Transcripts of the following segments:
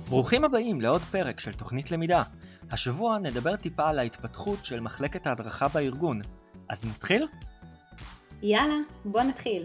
ברוכים הבאים לעוד פרק של תוכנית למידה. השבוע נדבר טיפה על ההתפתחות של מחלקת ההדרכה בארגון. אז נתחיל? יאללה, בוא נתחיל.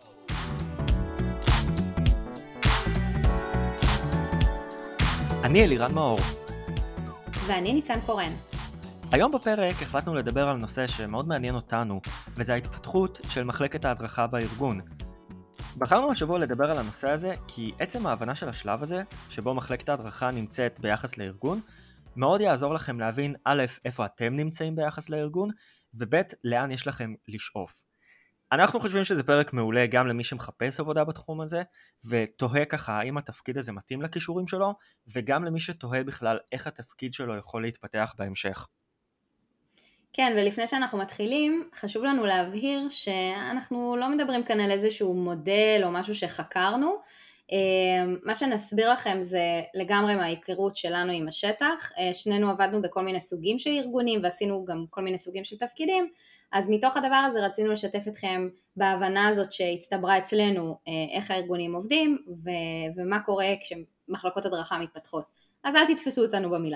אני אלירן מאור. ואני ניצן קורן. היום בפרק החלטנו לדבר על נושא שמאוד מעניין אותנו, וזה ההתפתחות של מחלקת ההדרכה בארגון. בחרנו השבוע לדבר על הנושא הזה כי עצם ההבנה של השלב הזה, שבו מחלקת ההדרכה נמצאת ביחס לארגון, מאוד יעזור לכם להבין א', איפה אתם נמצאים ביחס לארגון, וב', לאן יש לכם לשאוף. אנחנו חושבים שזה פרק מעולה גם למי שמחפש עבודה בתחום הזה, ותוהה ככה האם התפקיד הזה מתאים לכישורים שלו, וגם למי שתוהה בכלל איך התפקיד שלו יכול להתפתח בהמשך. כן, ולפני שאנחנו מתחילים, חשוב לנו להבהיר שאנחנו לא מדברים כאן על איזשהו מודל או משהו שחקרנו. מה שנסביר לכם זה לגמרי מההיכרות שלנו עם השטח. שנינו עבדנו בכל מיני סוגים של ארגונים ועשינו גם כל מיני סוגים של תפקידים, אז מתוך הדבר הזה רצינו לשתף אתכם בהבנה הזאת שהצטברה אצלנו איך הארגונים עובדים ומה קורה כשמחלקות הדרכה מתפתחות. אז אל תתפסו אותנו במילה.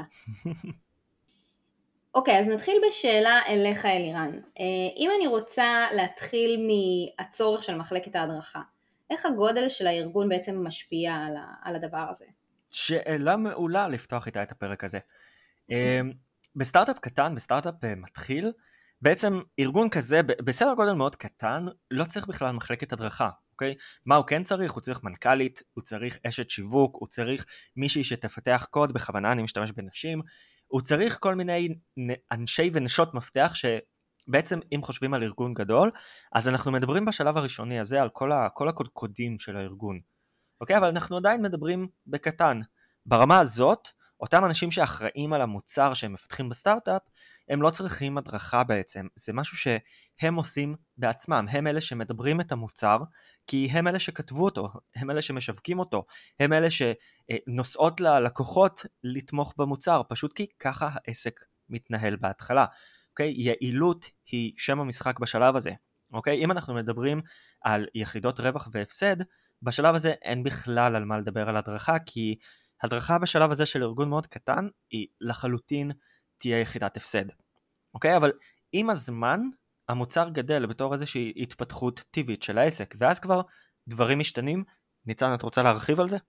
אוקיי, אז נתחיל בשאלה אליך אלירן. אם אני רוצה להתחיל מהצורך של מחלקת ההדרכה, איך הגודל של הארגון בעצם משפיע על הדבר הזה? שאלה מעולה לפתוח איתה את הפרק הזה. בסטארט-אפ קטן, בסטארט-אפ מתחיל, בעצם ארגון כזה, בסדר גודל מאוד קטן, לא צריך בכלל מחלקת הדרכה, אוקיי? מה הוא כן צריך? הוא צריך מנכ"לית, הוא צריך אשת שיווק, הוא צריך מישהי שתפתח קוד, בכוונה אני משתמש בנשים, הוא צריך כל מיני אנשי ונשות מפתח שבעצם אם חושבים על ארגון גדול, אז אנחנו מדברים בשלב הראשוני הזה על כל הקודקודים של הארגון. אוקיי, אבל אנחנו עדיין מדברים בקטן. ברמה הזאת, אותם אנשים שאחראים על המוצר שהם מפתחים בסטארט-אפ, הם לא צריכים הדרכה בעצם. זה משהו שהם עושים בעצמם. הם אלה שמדברים את המוצר, כי הם אלה שכתבו אותו, הם אלה שמשווקים אותו, הם אלה שנוסעות ללקוחות לתמוך במוצר, פשוט כי ככה העסק מתנהל בהתחלה. אוקיי, יעילות היא שם המשחק בשלב הזה. אוקיי, אם אנחנו מדברים על יחידות רווח והפסד, בשלב הזה אין בכלל על מה לדבר על הדרכה, כי הדרכה בשלב הזה של ארגון מאוד קטן, היא לחלוטין תהיה יחידת הפסד. אוקיי? אבל עם הזמן, המוצר גדל בתור איזושהי התפתחות טבעית של העסק, ואז כבר דברים משתנים. ניצן, את רוצה להרחיב על זה?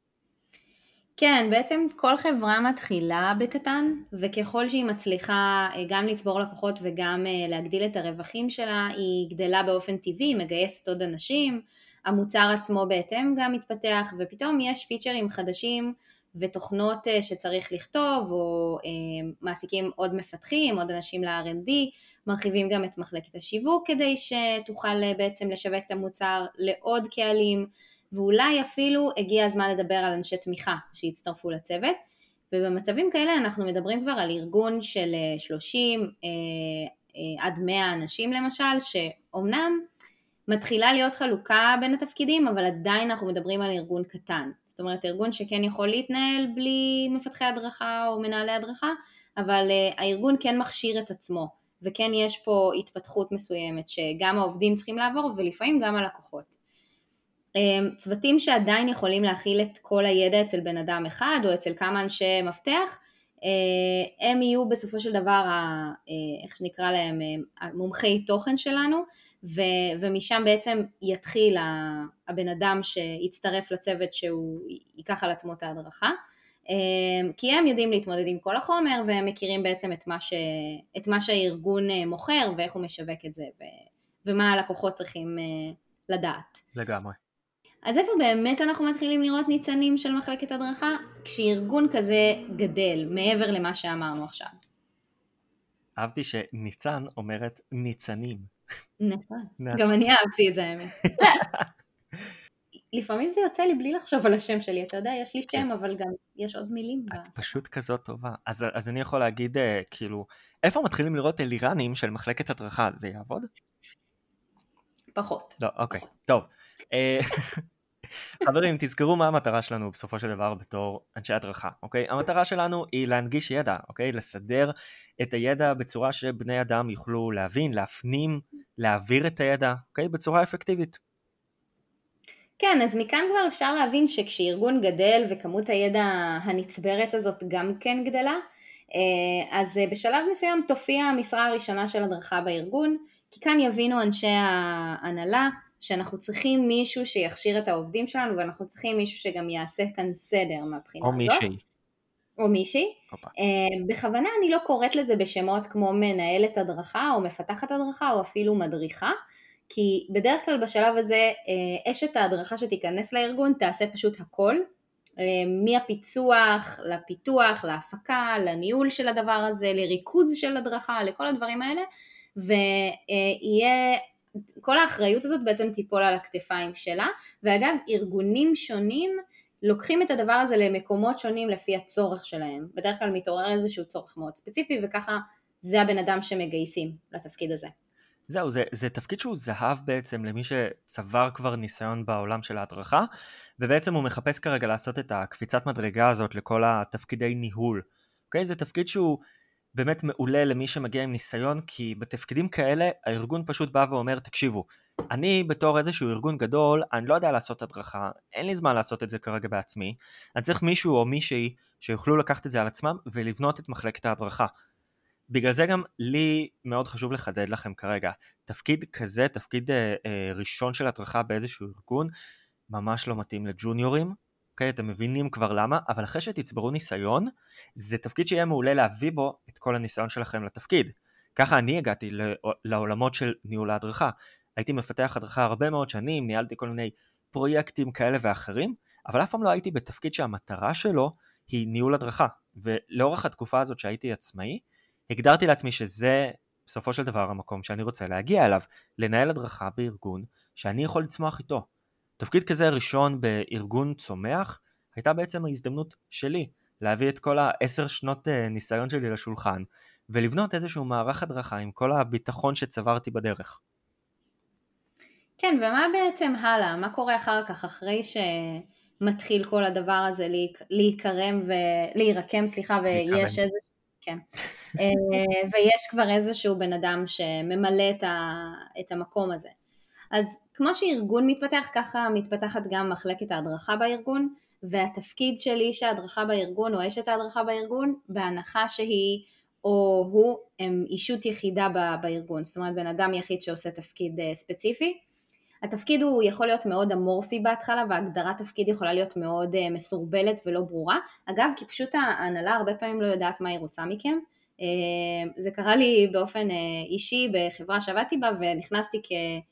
כן, בעצם כל חברה מתחילה בקטן, וככל שהיא מצליחה גם לצבור לקוחות וגם להגדיל את הרווחים שלה, היא גדלה באופן טבעי, מגייסת עוד אנשים, המוצר עצמו בהתאם גם מתפתח, ופתאום יש פיצ'רים חדשים ותוכנות שצריך לכתוב, או מעסיקים עוד מפתחים, עוד אנשים ל-R&D, מרחיבים גם את מחלקת השיווק כדי שתוכל בעצם לשווק את המוצר לעוד קהלים, ואולי אפילו הגיע הזמן לדבר על אנשי תמיכה שהצטרפו לצוות, ובמצבים כאלה אנחנו מדברים כבר על ארגון של 30 עד 100 אנשים למשל, שאומנם מתחילה להיות חלוקה בין התפקידים, אבל עדיין אנחנו מדברים על ארגון קטן, זאת אומרת ארגון שכן יכול להתנהל בלי מפתחי הדרכה או מנהלי הדרכה, אבל הארגון כן מכשיר את עצמו, וכן יש פה התפתחות מסוימת שגם העובדים צריכים לעבור, ולפעמים גם הלקוחות. צוותים שעדיין יכולים להכיל את כל הידע אצל בן אדם אחד או אצל כמה אנשי מפתח, הם יהיו בסופו של דבר, איך שנקרא להם, מומחי תוכן שלנו, ומשם בעצם יתחיל הבן אדם שיצטרף לצוות שהוא ייקח על עצמו את ההדרכה, כי הם יודעים להתמודד עם כל החומר והם מכירים בעצם את מה שהארגון מוכר ואיך הוא משווק את זה ומה הלקוחות צריכים לדעת. לגמרי. אז איפה באמת אנחנו מתחילים לראות ניצנים של מחלקת הדרכה? כשארגון כזה גדל, מעבר למה שאמרנו עכשיו. אהבתי שניצן אומרת ניצנים. נכון, גם אני אהבתי את זה האמת. לפעמים זה יוצא לי בלי לחשוב על השם שלי, אתה יודע, יש לי שם, אבל גם יש עוד מילים. את פשוט כזאת טובה. אז אני יכול להגיד, כאילו, איפה מתחילים לראות אלירנים של מחלקת הדרכה? זה יעבוד? פחות. לא, אוקיי, טוב. חברים, תזכרו מה המטרה שלנו בסופו של דבר בתור אנשי הדרכה, אוקיי? המטרה שלנו היא להנגיש ידע, אוקיי? לסדר את הידע בצורה שבני אדם יוכלו להבין, להפנים, להעביר את הידע, אוקיי? בצורה אפקטיבית. כן, אז מכאן כבר אפשר להבין שכשארגון גדל וכמות הידע הנצברת הזאת גם כן גדלה, אז בשלב מסוים תופיע המשרה הראשונה של הדרכה בארגון, כי כאן יבינו אנשי ההנהלה שאנחנו צריכים מישהו שיכשיר את העובדים שלנו, ואנחנו צריכים מישהו שגם יעשה כאן סדר מהבחינה או הזאת, מישהי. או מישהי. אופה. בכוונה אני לא קוראת לזה בשמות כמו מנהלת הדרכה או מפתחת הדרכה או אפילו מדריכה, כי בדרך כלל בשלב הזה אשת ההדרכה שתיכנס לארגון תעשה פשוט הכל, מהפיצוח, לפיתוח, להפקה, לניהול של הדבר הזה, לריכוז של הדרכה, לכל הדברים האלה, ויהיה, כל האחריות הזאת בעצם תיפול על הכתפיים שלה, ואגב ארגונים שונים לוקחים את הדבר הזה למקומות שונים לפי הצורך שלהם, בדרך כלל מתעורר איזשהו צורך מאוד ספציפי, וככה זה הבן אדם שמגייסים לתפקיד הזה. זהו, זה תפקיד שהוא זהב בעצם למי שצבר כבר ניסיון בעולם של ההדרכה, ובעצם הוא מחפש כרגע לעשות את הקפיצת מדרגה הזאת לכל התפקידי ניהול. אוקיי? זה תפקיד שהוא באמת מעולה למי שמגיע עם ניסיון, כי בתפקידים כאלה הארגון פשוט בא ואומר, תקשיבו, אני בתור איזשהו ארגון גדול, אני לא יודע לעשות הדרכה, אין לי זמן לעשות את זה כרגע בעצמי, אני צריך מישהו או מישהי שיוכלו לקחת את זה על עצמם ולבנות את מחלקת ההדרכה. בגלל זה גם לי מאוד חשוב לחדד לכם כרגע, תפקיד כזה, תפקיד ראשון של הדרכה באיזשהו ארגון, ממש לא מתאים לג'וניורים, אוקיי? אתם מבינים כבר למה, אבל אחרי שתצברו ניסיון, זה תפקיד שיהיה מעולה להביא בו את כל הניסיון שלכם לתפקיד. ככה אני הגעתי לעולמות של ניהול ההדרכה, הייתי מפתח הדרכה הרבה מאוד שנים, ניהלתי כל מיני פרויקטים כאלה ואחרים, אבל אף פעם לא הייתי בתפקיד שהמטרה שלו היא ניהול הדרכה, ולאורך התקופה הזאת שהייתי עצמאי, הגדרתי לעצמי שזה בסופו של דבר המקום שאני רוצה להגיע אליו, לנהל הדרכה בארגון שאני יכול לצמוח איתו. תפקיד כזה ראשון בארגון צומח, הייתה בעצם ההזדמנות שלי להביא את כל 10 שנות ניסיון שלי לשולחן, ולבנות איזשהו מערך הדרכה עם כל הביטחון שצברתי בדרך. כן, ומה בעצם הלאה? מה קורה אחר כך, אחרי שמתחיל כל הדבר הזה להירקם, ויש איזה, כן, ויש כבר איזשהו בן אדם שממלא את המקום הזה. אז כמו שארגון מתפתח, ככה מתפתחת גם מחלקת ההדרכה בארגון, והתפקיד של איש ההדרכה בארגון או אשת ההדרכה בארגון, בהנחה שהיא או הוא הם אישות יחידה בארגון, זאת אומרת בן אדם יחיד שעושה תפקיד ספציפי. התפקיד הוא יכול להיות מאוד אמורפי בהתחלה, והגדרת תפקיד יכולה להיות מאוד מסורבלת ולא ברורה, אגב כי פשוט ההנהלה הרבה פעמים לא יודעת מה היא רוצה מכם. זה קרה לי באופן אישי בחברה שעבדתי בה, ונכנסתי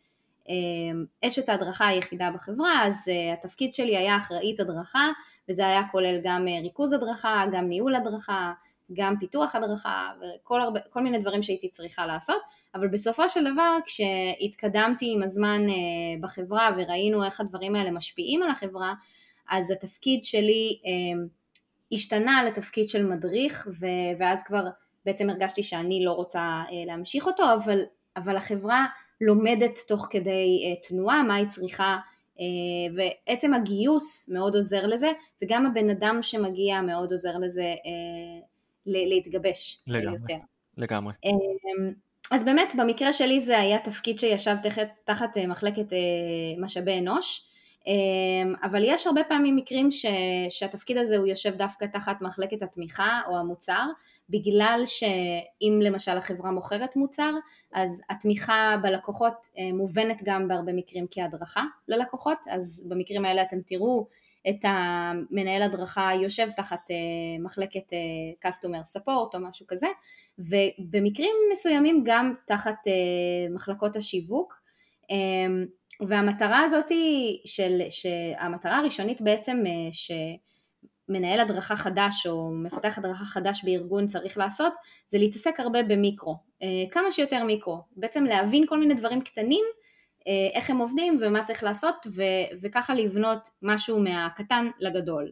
כאשת ההדרכה היחידה בחברה, אז התפקיד שלי היה אחראית הדרכה, וזה היה כולל גם ריכוז הדרכה, גם ניהול הדרכה, גם פיתוח הדרכה, וכל מיני דברים שהייתי צריכה לעשות, אבל בסופו של דבר כשהתקדמתי עם הזמן בחברה וראינו איך הדברים האלה משפיעים על החברה, אז התפקיד שלי השתנה לתפקיד של מדריך, ואז כבר בעצם הרגשתי שאני לא רוצה להמשיך אותו, אבל החברה לומדת תוך כדי תנועה מה היא צריכה, ועצם הגיוס מאוד עוזר לזה, וגם הבן אדם שמגיע מאוד עוזר לזה להתגבש יותר. לגמרי. אז באמת במקרה שלי זה היה תפקיד שישב תחת מחלקת משאבי אנוש, אבל יש הרבה פעמים מקרים שהתפקיד הזה הוא יושב דווקא תחת מחלקת התמיכה או המוצר, בגלל שאם למשל החברה מוכרת מוצר, אז התמיכה בלקוחות מובנת גם בהרבה מקרים כהדרכה ללקוחות, אז במקרים האלה אתם תראו את המנהל הדרכה יושב תחת מחלקת customer support או משהו כזה, ובמקרים מסוימים גם תחת מחלקות השיווק, והמטרה הזאת שהמטרה הראשונית בעצם שמנהל הדרכה חדש או מפתח הדרכה חדש בארגון צריך לעשות, זה להתעסק הרבה במיקרו, כמה שיותר מיקרו, בעצם להבין כל מיני דברים קטנים, איך הם עובדים ומה צריך לעשות, וככה לבנות משהו מהקטן לגדול.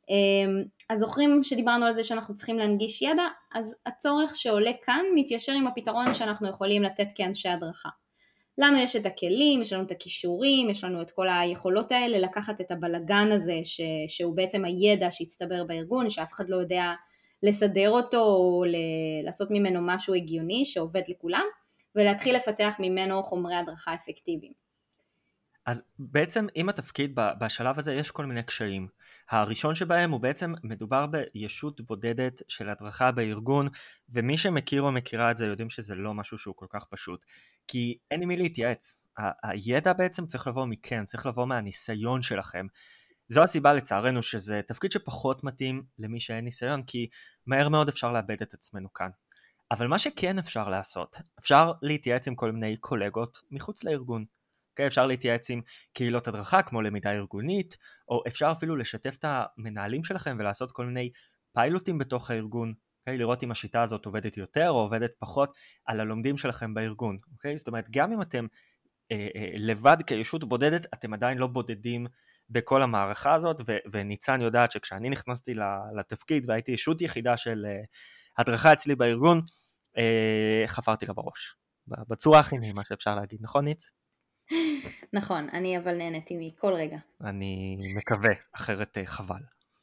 אז זוכרים שדיברנו על זה שאנחנו צריכים להנגיש ידע, אז הצורך שעולה כאן מתיישר עם הפתרון שאנחנו יכולים לתת כאנשי הדרכה. לנו יש את הכלים, יש לנו את הכישורים, יש לנו את כל היכולות האלה, לקחת את הבלגן הזה שהוא בעצם הידע שהצטבר בארגון, שאף אחד לא יודע לסדר אותו או לעשות ממנו משהו הגיוני שעובד לכולם, ולהתחיל לפתח ממנו חומרי הדרכה אפקטיביים. אז בעצם עם התפקיד בשלב הזה יש כל מיני קשיים. הראשון שבהם הוא בעצם מדובר בישות בודדת של הדרכה בארגון, ומי שמכיר או מכירה את זה יודעים שזה לא משהו שהוא כל כך פשוט, כי אין עם מי להתייעץ. הידע בעצם צריך לבוא מכם, צריך לבוא מהניסיון שלכם. זו הסיבה לצערנו שזה תפקיד שפחות מתאים למי שאין ניסיון, כי מהר מאוד אפשר לאבד את עצמנו כאן. אבל מה שכן אפשר לעשות, אפשר להתייעץ עם כל מיני קולגות מחוץ לארגון. Okay, אפשר להתייעץ עם קהילות הדרכה כמו למידה ארגונית, או אפשר אפילו לשתף את המנהלים שלכם ולעשות כל מיני פיילוטים בתוך הארגון, okay, לראות אם השיטה הזאת עובדת יותר או עובדת פחות על הלומדים שלכם בארגון. Okay? זאת אומרת, גם אם אתם לבד כישות בודדת, אתם עדיין לא בודדים בכל המערכה הזאת, וניצן יודעת שכשאני נכנסתי לתפקיד והייתי ישות יחידה של הדרכה אצלי בארגון, חפרתי לה בראש, בצורה הכי נעימה שאפשר להגיד, נכון ניץ? נכון, אני אבל נהניתי מכל רגע. אני מקווה, אחרת חבל.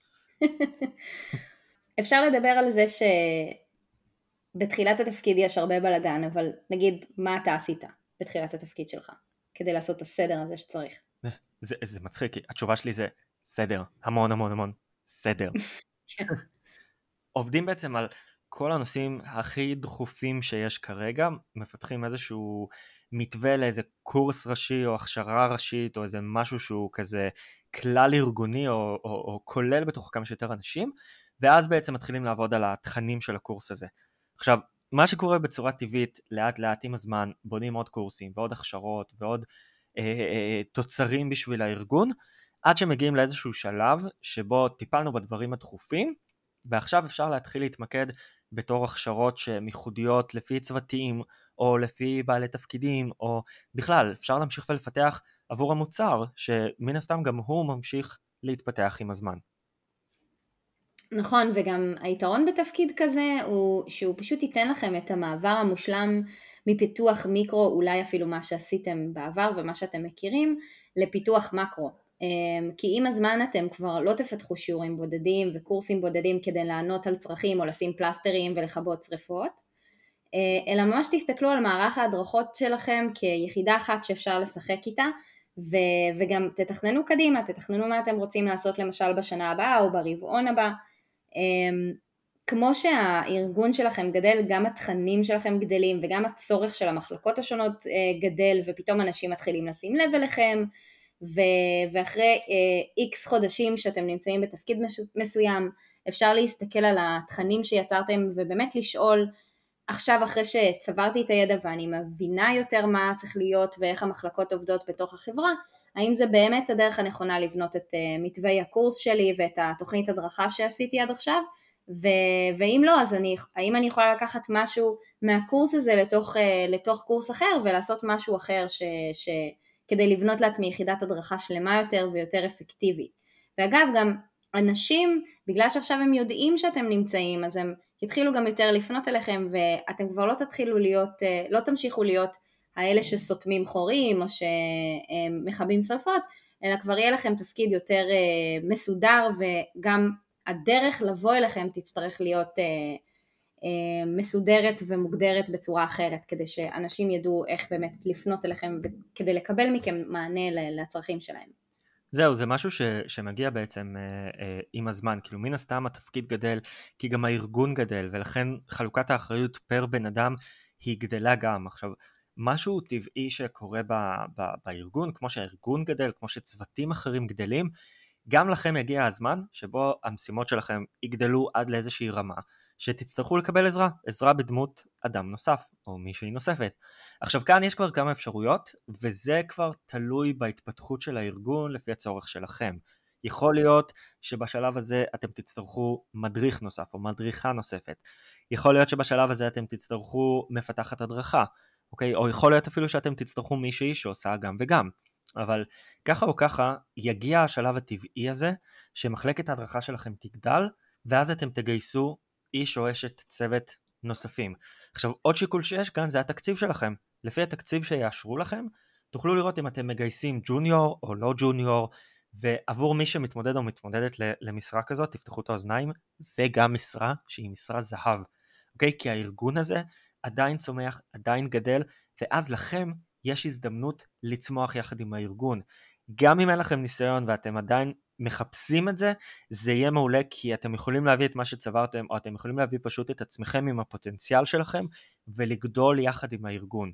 אפשר לדבר על זה שבתחילת התפקיד יש הרבה בלגן, אבל נגיד מה אתה עשית בתחילת התפקיד שלך, כדי לעשות את הסדר הזה שצריך. זה מצחיק, כי התשובה שלי זה סדר, המון המון המון סדר. עובדים בעצם על כל הנושאים הכי דחופים שיש כרגע, מפתחים איזשהו מתווה לאיזה קורס ראשי או הכשרה ראשית או איזה משהו שהוא כזה כלל ארגוני או כולל בתוך כמה שיותר אנשים, ואז בעצם מתחילים לעבוד על התכנים של הקורס הזה. עכשיו, מה שקורה בצורה טבעית, לאט לאט עם הזמן, בונים עוד קורסים ועוד הכשרות ועוד תוצרים בשביל הארגון, עד שמגיעים לאיזשהו שלב שבו טיפלנו בדברים הדחופים, ועכשיו אפשר להתחיל להתמקד בתור הכשרות שהן ייחודיות לפי צוותים, או לפי בעלי תפקידים, או בכלל אפשר להמשיך ולפתח עבור המוצר, שמן הסתם גם הוא ממשיך להתפתח עם הזמן. נכון, וגם היתרון בתפקיד כזה הוא שהוא פשוט ייתן לכם את המעבר המושלם מפיתוח מיקרו, אולי אפילו מה שעשיתם בעבר ומה שאתם מכירים, לפיתוח מקרו. כי עם הזמן אתם כבר לא תפתחו שיעורים בודדים וקורסים בודדים כדי לענות על צרכים או לשים פלסטרים ולכבות שריפות, אלא ממש תסתכלו על מערך ההדרכות שלכם כיחידה אחת שאפשר לשחק איתה, וגם תתכננו קדימה, תתכננו מה אתם רוצים לעשות למשל בשנה הבאה או ברבעון הבא. כמו שהארגון שלכם גדל, גם התכנים שלכם גדלים וגם הצורך של המחלקות השונות גדל, ופתאום אנשים מתחילים לשים לב אליכם, ואחרי X חודשים שאתם נמצאים בתפקיד מסוים, אפשר להסתכל על התכנים שיצרתם ובאמת לשאול, עכשיו אחרי שצברתי את הידע ואני מבינה יותר מה צריך להיות ואיך המחלקות עובדות בתוך החברה, האם זה באמת הדרך הנכונה לבנות את מתווי הקורס שלי ואת התוכנית הדרכה שעשיתי עד עכשיו, ואם לא, אז האם אני יכולה לקחת משהו מהקורס הזה לתוך קורס אחר ולעשות משהו אחר כדי לבנות לעצמי יחידת הדרכה שלמה יותר ויותר אפקטיבית. ואגב, גם אנשים, בגלל שעכשיו הם יודעים שאתם נמצאים, אז הם יתחילו גם יותר לפנות אליכם, ואתם כבר לא תמשיכו להיות האלה שסותמים חורים או שמכבים שרפות, אלא כבר יהיה לכם תפקיד יותר מסודר, וגם הדרך לבוא אליכם תצטרך להיות מסודרת ומוגדרת בצורה אחרת, כדי שאנשים ידעו איך באמת לפנות אליכם וכדי לקבל מכם מענה לצרכים שלהם. זהו, זה משהו שמגיע בעצם עם הזמן, כאילו מן הסתם התפקיד גדל, כי גם הארגון גדל, ולכן חלוקת האחריות פר בן אדם היא גדלה גם. עכשיו, משהו טבעי שקורה בארגון, כמו שהארגון גדל, כמו שצוותים אחרים גדלים, גם לכם יגיע הזמן שבו המשימות שלכם יגדלו עד לאיזושהי רמה, שתצטרכו לקבל עזרה בדמות אדם נוסף, או מישהי נוספת. עכשיו כאן יש כבר כמה אפשרויות, וזה כבר תלוי בהתפתחות של הארגון לפי הצורך שלכם. יכול להיות שבשלב הזה אתם תצטרכו מדריך נוסף, או מדריכה נוספת. יכול להיות שבשלב הזה אתם תצטרכו מפתחת הדרכה, אוקיי? או יכול להיות אפילו שאתם תצטרכו מישהי שעושה גם וגם. אבל ככה או ככה יגיע השלב הטבעי הזה שמחלקת ההדרכה שלכם תגדל, ואז אתם תגייסו איש או אשת צוות נוספים. עכשיו עוד שיקול שיש כאן זה התקציב שלכם. לפי התקציב שיאשרו לכם תוכלו לראות אם אתם מגייסים ג'וניור או לא ג'וניור, ועבור מי שמתמודד או מתמודדת למשרה כזאת, תפתחו את האוזניים, זה גם משרה שהיא משרה זהב, אוקיי? כי הארגון הזה עדיין צומח, עדיין גדל, ואז לכם יש הזדמנות לצמוח יחד עם הארגון. גם אם אין לכם ניסיון ואתם עדיין מחפשים את זה, זה יהיה מעולה, כי אתם יכולים להביא את מה שצברתם, או אתם יכולים להביא פשוט את עצמכם עם הפוטנציאל שלכם, ולגדול יחד עם הארגון.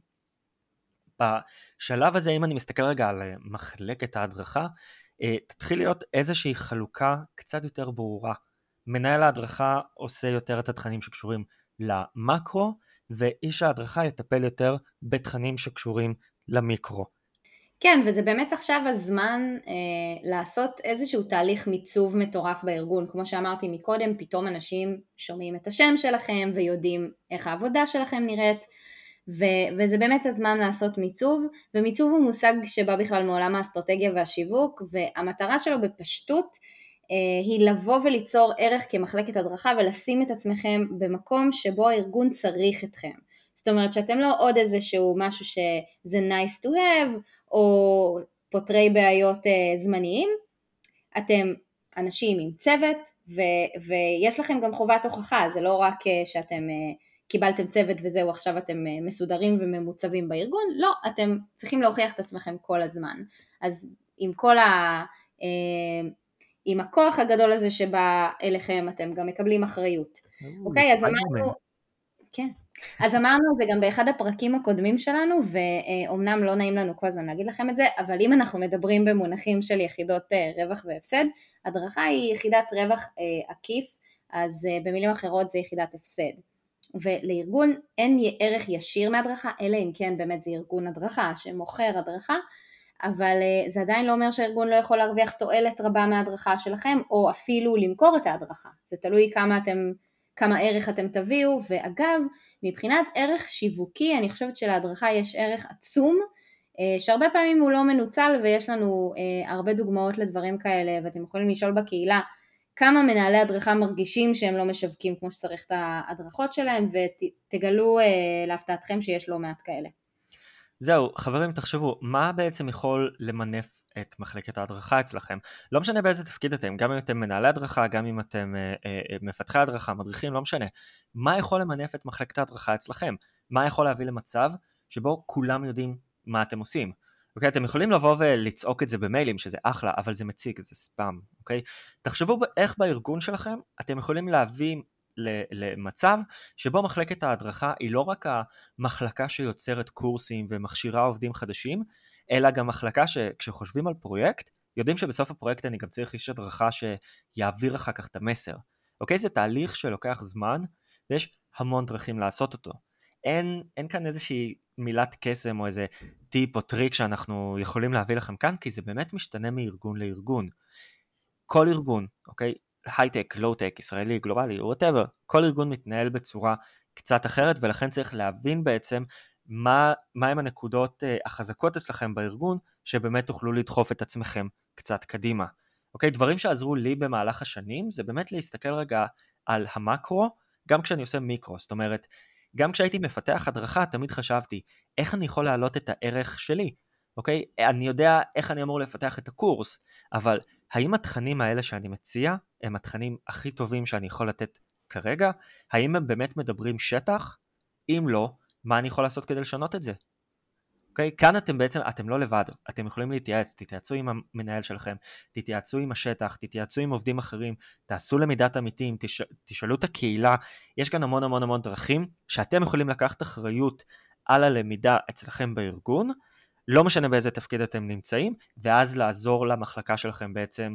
בשלב הזה, אם אני מסתכל רגע על מחלקת ההדרכה, תתחיל להיות איזושהי חלוקה קצת יותר ברורה. מנהל ההדרכה עושה יותר את התכנים שקשורים למקרו, ואיש ההדרכה יטפל יותר בתכנים שקשורים למיקרו. כן, וזה באמת עכשיו הזמן לעשות איזשהו תהליך מיצוב מטורף בארגון. כמו שאמרתי מקודם, פתאום אנשים שומעים את השם שלכם ויודעים איך העבודה שלכם נראית, וזה באמת הזמן לעשות מיצוב, ומיצוב הוא מושג שבא בכלל מעולם האסטרטגיה והשיווק, והמטרה שלו בפשטות היא לבוא וליצור ערך כמחלקת הדרכה ולשים את עצמכם במקום שבו הארגון צריך אתכם. זאת אומרת שאתם לא עוד איזשהו משהו שזה nice to have או פותרי בעיות זמניים, אתם אנשים עם צוות ויש לכם גם חובת הוכחה, זה לא רק שאתם קיבלתם צוות וזהו עכשיו אתם מסודרים וממוצבים בארגון, לא, אתם צריכים להוכיח את עצמכם כל הזמן. אז עם כל עם הכוח הגדול הזה שבא אליכם, אתם גם מקבלים אחריות. אוקיי, אז אמרנו, כן. אז אמרנו זה גם באחד הפרקים הקודמים שלנו, ואומנם לא נעים לנו כל הזמן להגיד לכם את זה, אבל אם אנחנו מדברים במונחים של יחידות רווח והפסד, הדרכה היא יחידת רווח עקיף, אז במילים אחרות זה יחידת הפסד. ולארגון אין ערך ישיר מהדרכה, אלא אם כן באמת זה ארגון הדרכה שמוכר הדרכה, אבל זה עדיין לא אומר שהארגון לא יכול להרוויח תועלת רבה מההדרכה שלכם, או אפילו למכור את ההדרכה. זה תלוי כמה ערך אתם תביאו, ואגב, מבחינת ערך שיווקי, אני חושבת שלהדרכה יש ערך עצום, שהרבה פעמים הוא לא מנוצל, ויש לנו הרבה דוגמאות לדברים כאלה, ואתם יכולים לשאול בקהילה, כמה מנהלי הדרכה מרגישים שהם לא משווקים כמו שצריך את ההדרכות שלהם, ותגלו להפתעתכם שיש לא מעט כאלה. זהו, חברים, תחשבו, מה בעצם יכול למנף את מחלקת ההדרכה אצלכם? לא משנה באיזה תפקיד אתם, גם אם אתם מנהלי הדרכה, גם אם אתם מפתחי הדרכה, מדריכים, לא משנה. מה יכול למנף את מחלקת ההדרכה אצלכם? מה יכול להביא למצב שבו כולם יודעים מה אתם עושים? אוקיי, אתם יכולים לבוא ולצעוק את זה במיילים, שזה אחלה, אבל זה מציג, זה ספאם, אוקיי? תחשבו איך בארגון שלכם אתם יכולים להביא למצב שבו מחלקת ההדרכה היא לא רק המחלקה שיוצרת קורסים ומכשירה עובדים חדשים, אלא גם מחלקה שכשחושבים על פרויקט, יודעים שבסוף הפרויקט אני גם צריך איש הדרכה שיעביר אחר כך את המסר. אוקיי? זה תהליך שלוקח זמן, ויש המון דרכים לעשות אותו. אין כאן איזושהי מילת קסם או איזה טיפ או טריק שאנחנו יכולים להביא לכם כאן, כי זה באמת משתנה מארגון לארגון. כל ארגון, אוקיי? הייטק, לואו-טק, ישראלי, גלובלי, whatever, כל ארגון מתנהל בצורה קצת אחרת, ולכן צריך להבין בעצם מה הם הנקודות החזקות אצלכם בארגון, שבאמת תוכלו לדחוף את עצמכם קצת קדימה. אוקיי, דברים שעזרו לי במהלך השנים, זה באמת להסתכל רגע על המקרו, גם כשאני עושה מיקרו, זאת אומרת, גם כשהייתי מפתח הדרכה, תמיד חשבתי, איך אני יכול להעלות את הערך שלי? אוקיי, אני יודע איך אני אמור לפתח את הקורס, אבל האם התכנים האלה שאני מציע הם התכנים הכי טובים שאני יכול לתת כרגע? האם הם באמת מדברים שטח? אם לא, מה אני יכול לעשות כדי לשנות את זה? אוקיי? כאן אתם לא לבד, אתם יכולים להתייעץ, תתייעצו עם המנהל שלכם, תתייעצו עם השטח, תתייעצו עם עובדים אחרים, תעשו למידת עמיתים, תשאלו את הקהילה, יש כאן המון המון המון דרכים שאתם יכולים לקחת אחריות על הלמידה אצלכם בארגון, לא משנה באיזה תפקיד אתם נמצאים, ואז לעזור למחלקה שלכם בעצם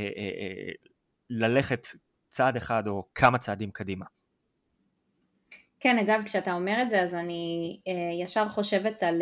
ללכת צעד אחד או כמה צעדים קדימה. כן, אגב, כשאתה אומר את זה, אז אני ישר חושבת על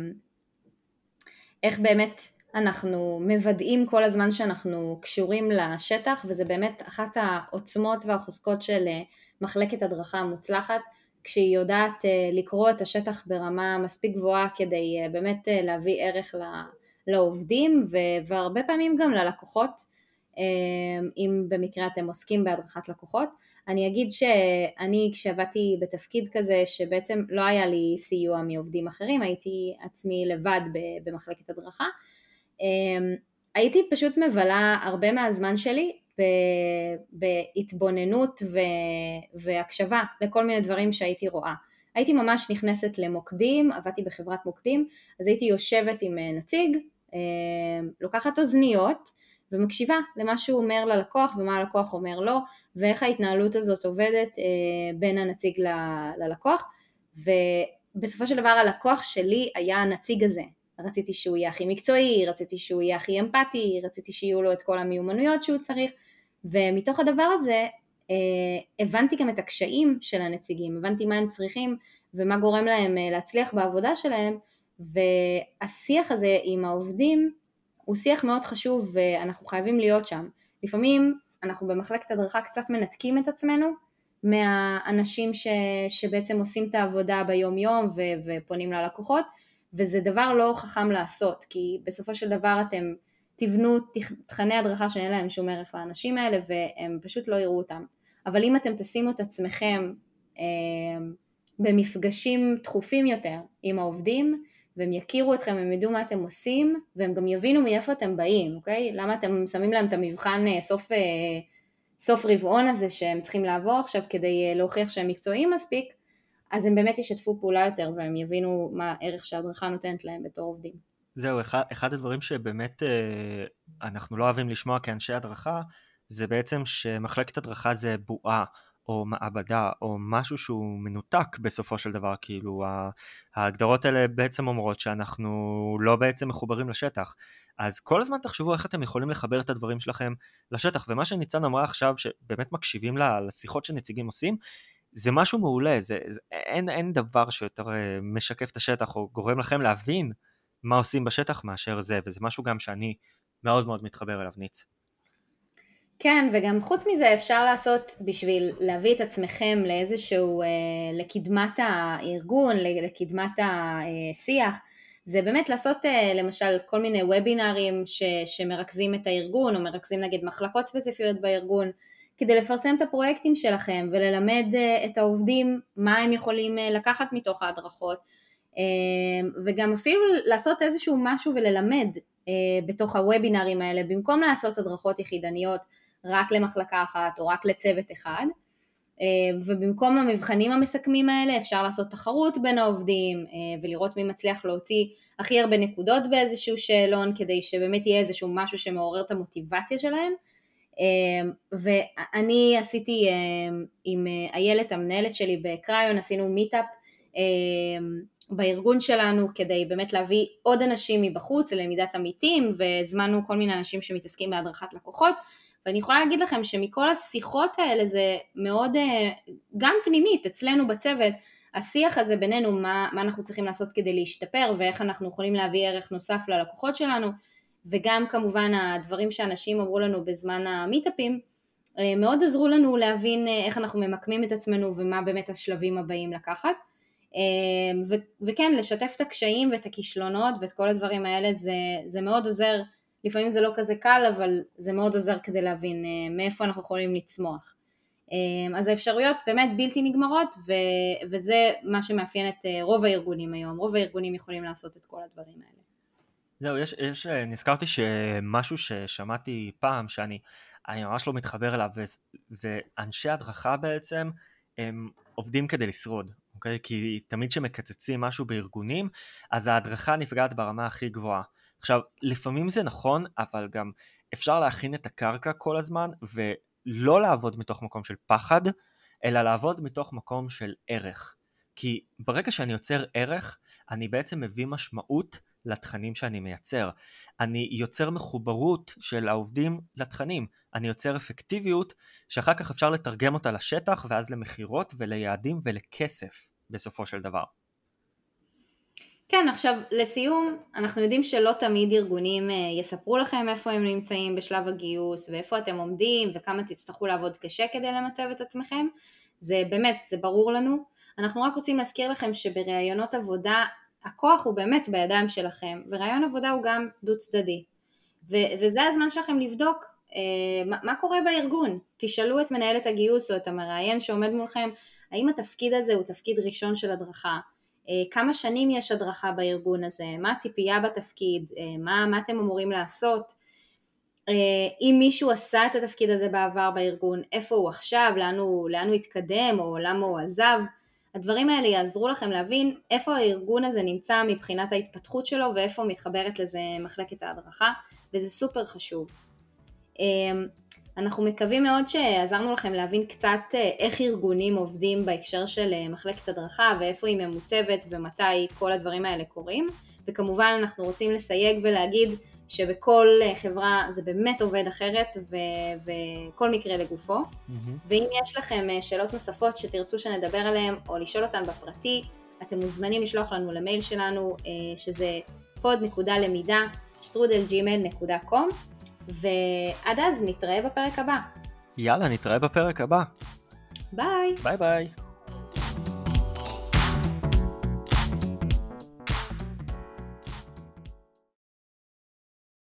איך באמת אנחנו מוודאים כל הזמן שאנחנו קשורים לשטח, וזה באמת אחת העוצמות והחוזקות של מחלקת הדרכה מוצלחת, כשהיא יודעת לקרוא את השטח ברמה מספיק גבוהה כדי באמת להביא ערך לעובדים והרבה פעמים גם ללקוחות, אם במקרה אתם עוסקים בהדרכת לקוחות. אני אגיד שאני כשעבדתי בתפקיד כזה שבעצם לא היה לי סיוע מעובדים אחרים, הייתי עצמי לבד במחלקת הדרכה, הייתי פשוט מבלה הרבה מהזמן שלי בהתבוננות והקשבה לכל מיני דברים שהייתי רואה. הייתי ממש נכנסת למוקדים, עבדתי בחברת מוקדים, אז הייתי יושבת עם נציג, לוקחת אוזניות ומקשיבה למה שהוא אומר ללקוח ומה הלקוח אומר לו, ואיך ההתנהלות הזאת עובדת בין הנציג ללקוח, ובסופו של דבר הלקוח שלי היה הנציג הזה. רציתי שהוא יהיה הכי מקצועי, רציתי שהוא יהיה הכי אמפתי, רציתי שיהיו לו את כל המיומנויות שהוא צריך, ומתוך הדבר הזה הבנתי גם את הקשיים של הנציגים, הבנתי מה הם צריכים ומה גורם להם להצליח בעבודה שלהם, והשיח הזה עם העובדים הוא שיח מאוד חשוב ואנחנו חייבים להיות שם. לפעמים אנחנו במחלקת הדרכה קצת מנתקים את עצמנו מהאנשים שבעצם עושים את העבודה ביום יום ופונים ללקוחות, וזה דבר לא חכם לעשות, כי בסופו של דבר אתם תבנו תכני הדרכה שאין להם שום ערך לאנשים האלה והם פשוט לא יראו אותם. אבל אם אתם תשימו את עצמכם במפגשים תכופים יותר עם העובדים, והם יכירו אתכם, הם ידעו מה אתם עושים, והם גם יבינו מאיפה אתם באים, אוקיי? למה אתם שמים להם את המבחן סוף רבעון הזה שהם צריכים לעבור עכשיו כדי להוכיח שהם מקצועיים מספיק, אז הם באמת ישתפו פעולה יותר והם יבינו מה הערך שההדרכה נותנת להם בתור עובדים. זהו, אחד הדברים שבאמת אנחנו לא אוהבים לשמוע כאנשי הדרכה, זה בעצם שמחלקת הדרכה זה בועה או מעבדה או משהו שהוא מנותק בסופו של דבר, כאילו ההגדרות האלה בעצם אומרות שאנחנו לא בעצם מחוברים לשטח, אז כל הזמן תחשבו איך אתם יכולים לחבר את הדברים שלכם לשטח, ומה שניצן אמרה עכשיו שבאמת מקשיבים לשיחות שנציגים עושים, זה משהו מעולה, אין דבר שיותר משקף את השטח או גורם לכם להבין מה עושים בשטח מאשר זה, וזה משהו גם שאני מאוד מאוד מתחבר אליו, ניץ. כן, וגם חוץ מזה אפשר לעשות בשביל להביא את עצמכם לאיזשהו, לקדמת הארגון, לקדמת השיח, זה באמת לעשות למשל כל מיני וובינרים שמרכזים את הארגון, או מרכזים נגד מחלקות ספציפיות בארגון, כדי לפרסם את הפרויקטים שלכם וללמד את העובדים מה הם יכולים לקחת מתוך ההדרכות, וגם אפילו לעשות איזשהו משהו וללמד בתוך הוובינרים האלה, במקום לעשות הדרכות יחידניות רק למחלקה אחת או רק לצוות אחד, ובמקום המבחנים המסכמים האלה אפשר לעשות תחרות בין העובדים ולראות מי מצליח להוציא הכי הרבה נקודות באיזשהו שאלון, כדי שבאמת יהיה איזשהו משהו שמעורר את המוטיבציה שלהם. ואני עשיתי עם איילת המנהלת שלי בקריון, עשינו מיטאפ בארגון שלנו כדי באמת להביא עוד אנשים מבחוץ ללמידת עמיתים, והזמנו כל מיני אנשים שמתעסקים בהדרכת לקוחות, ואני יכולה להגיד לכם שמכל השיחות האלה זה מאוד, גם פנימית אצלנו בצוות, השיח הזה בינינו, מה אנחנו צריכים לעשות כדי להשתפר, ואיך אנחנו יכולים להביא ערך נוסף ללקוחות שלנו, וגם כמובן הדברים שאנשים אמרו לנו בזמן המיטאפים, מאוד עזרו לנו להבין איך אנחנו ממקמים את עצמנו, ומה באמת השלבים הבאים לקחת, וכן, לשתף את הקשיים ואת הכישלונות ואת כל הדברים האלה, זה מאוד עוזר. לפעמים זה לא כזה קל, אבל זה מאוד עוזר כדי להבין מאיפה אנחנו יכולים לצמוח. אז האפשרויות באמת בלתי נגמרות, וזה מה שמאפיין את רוב הארגונים היום. רוב הארגונים יכולים לעשות את כל הדברים האלה. זהו, נזכרתי שמשהו ששמעתי פעם, שאני ממש לא מתחבר אליו, וזה אנשי הדרכה בעצם, הם עובדים כדי לשרוד, אוקיי? כי תמיד שמקצצים משהו בארגונים, אז ההדרכה נפגעת ברמה הכי גבוהה. עכשיו, לפעמים זה נכון, אבל גם אפשר להכין את הקרקע כל הזמן, ולא לעבוד מתוך מקום של פחד, אלא לעבוד מתוך מקום של ערך. כי ברגע שאני יוצר ערך, אני בעצם מביא משמעות לתכנים שאני מייצר. אני יוצר מחוברות של העובדים לתכנים. אני יוצר אפקטיביות שאחר כך אפשר לתרגם אותה לשטח, ואז למחירות וליעדים ולכסף בסופו של דבר. כן, עכשיו לסיום, אנחנו יודעים שלא תמיד ארגונים יספרו לכם איפה הם נמצאים בשלב הגיוס, ואיפה אתם עומדים, וכמה תצטרכו לעבוד קשה כדי למצב את עצמכם. זה באמת, זה ברור לנו. אנחנו רק רוצים להזכיר לכם שבראיונות עבודה, הכוח הוא באמת בידיים שלכם, וראיון עבודה הוא גם דו צדדי. וזה הזמן שלכם לבדוק מה קורה בארגון. תשאלו את מנהלת הגיוס או את המראיין שעומד מולכם, האם התפקיד הזה הוא תפקיד ראשון של הדרכה, כמה שנים יש הדרכה בארגון הזה, מה הציפייה בתפקיד, מה אתם אמורים לעשות, אם מישהו עשה את התפקיד הזה בעבר בארגון, איפה הוא עכשיו, לאן הוא התקדם או למה הוא עזב. הדברים האלה יעזרו לכם להבין איפה הארגון הזה נמצא מבחינת ההתפתחות שלו, ואיפה מתחברת לזה מחלקת ההדרכה, וזה סופר חשוב. אנחנו מקווים מאוד שעזרנו לכם להבין קצת איך ארגונים עובדים בהקשר של מחלקת הדרכה, ואיפה היא ממוצבת ומתי כל הדברים האלה קורים, וכמובן אנחנו רוצים לסייג ולהגיד שבכל חברה זה באמת עובד אחרת, וכל מקרה לגופו. ואם יש לכם שאלות נוספות שתרצו שנדבר עליהן, או לשאול אותן בפרטי, אתם מוזמנים לשלוח לנו למייל שלנו, שזה pod.lemida@gmail.com, ועד אז נתראה בפרק הבא. יאללה, נתראה בפרק הבא. ביי. ביי ביי.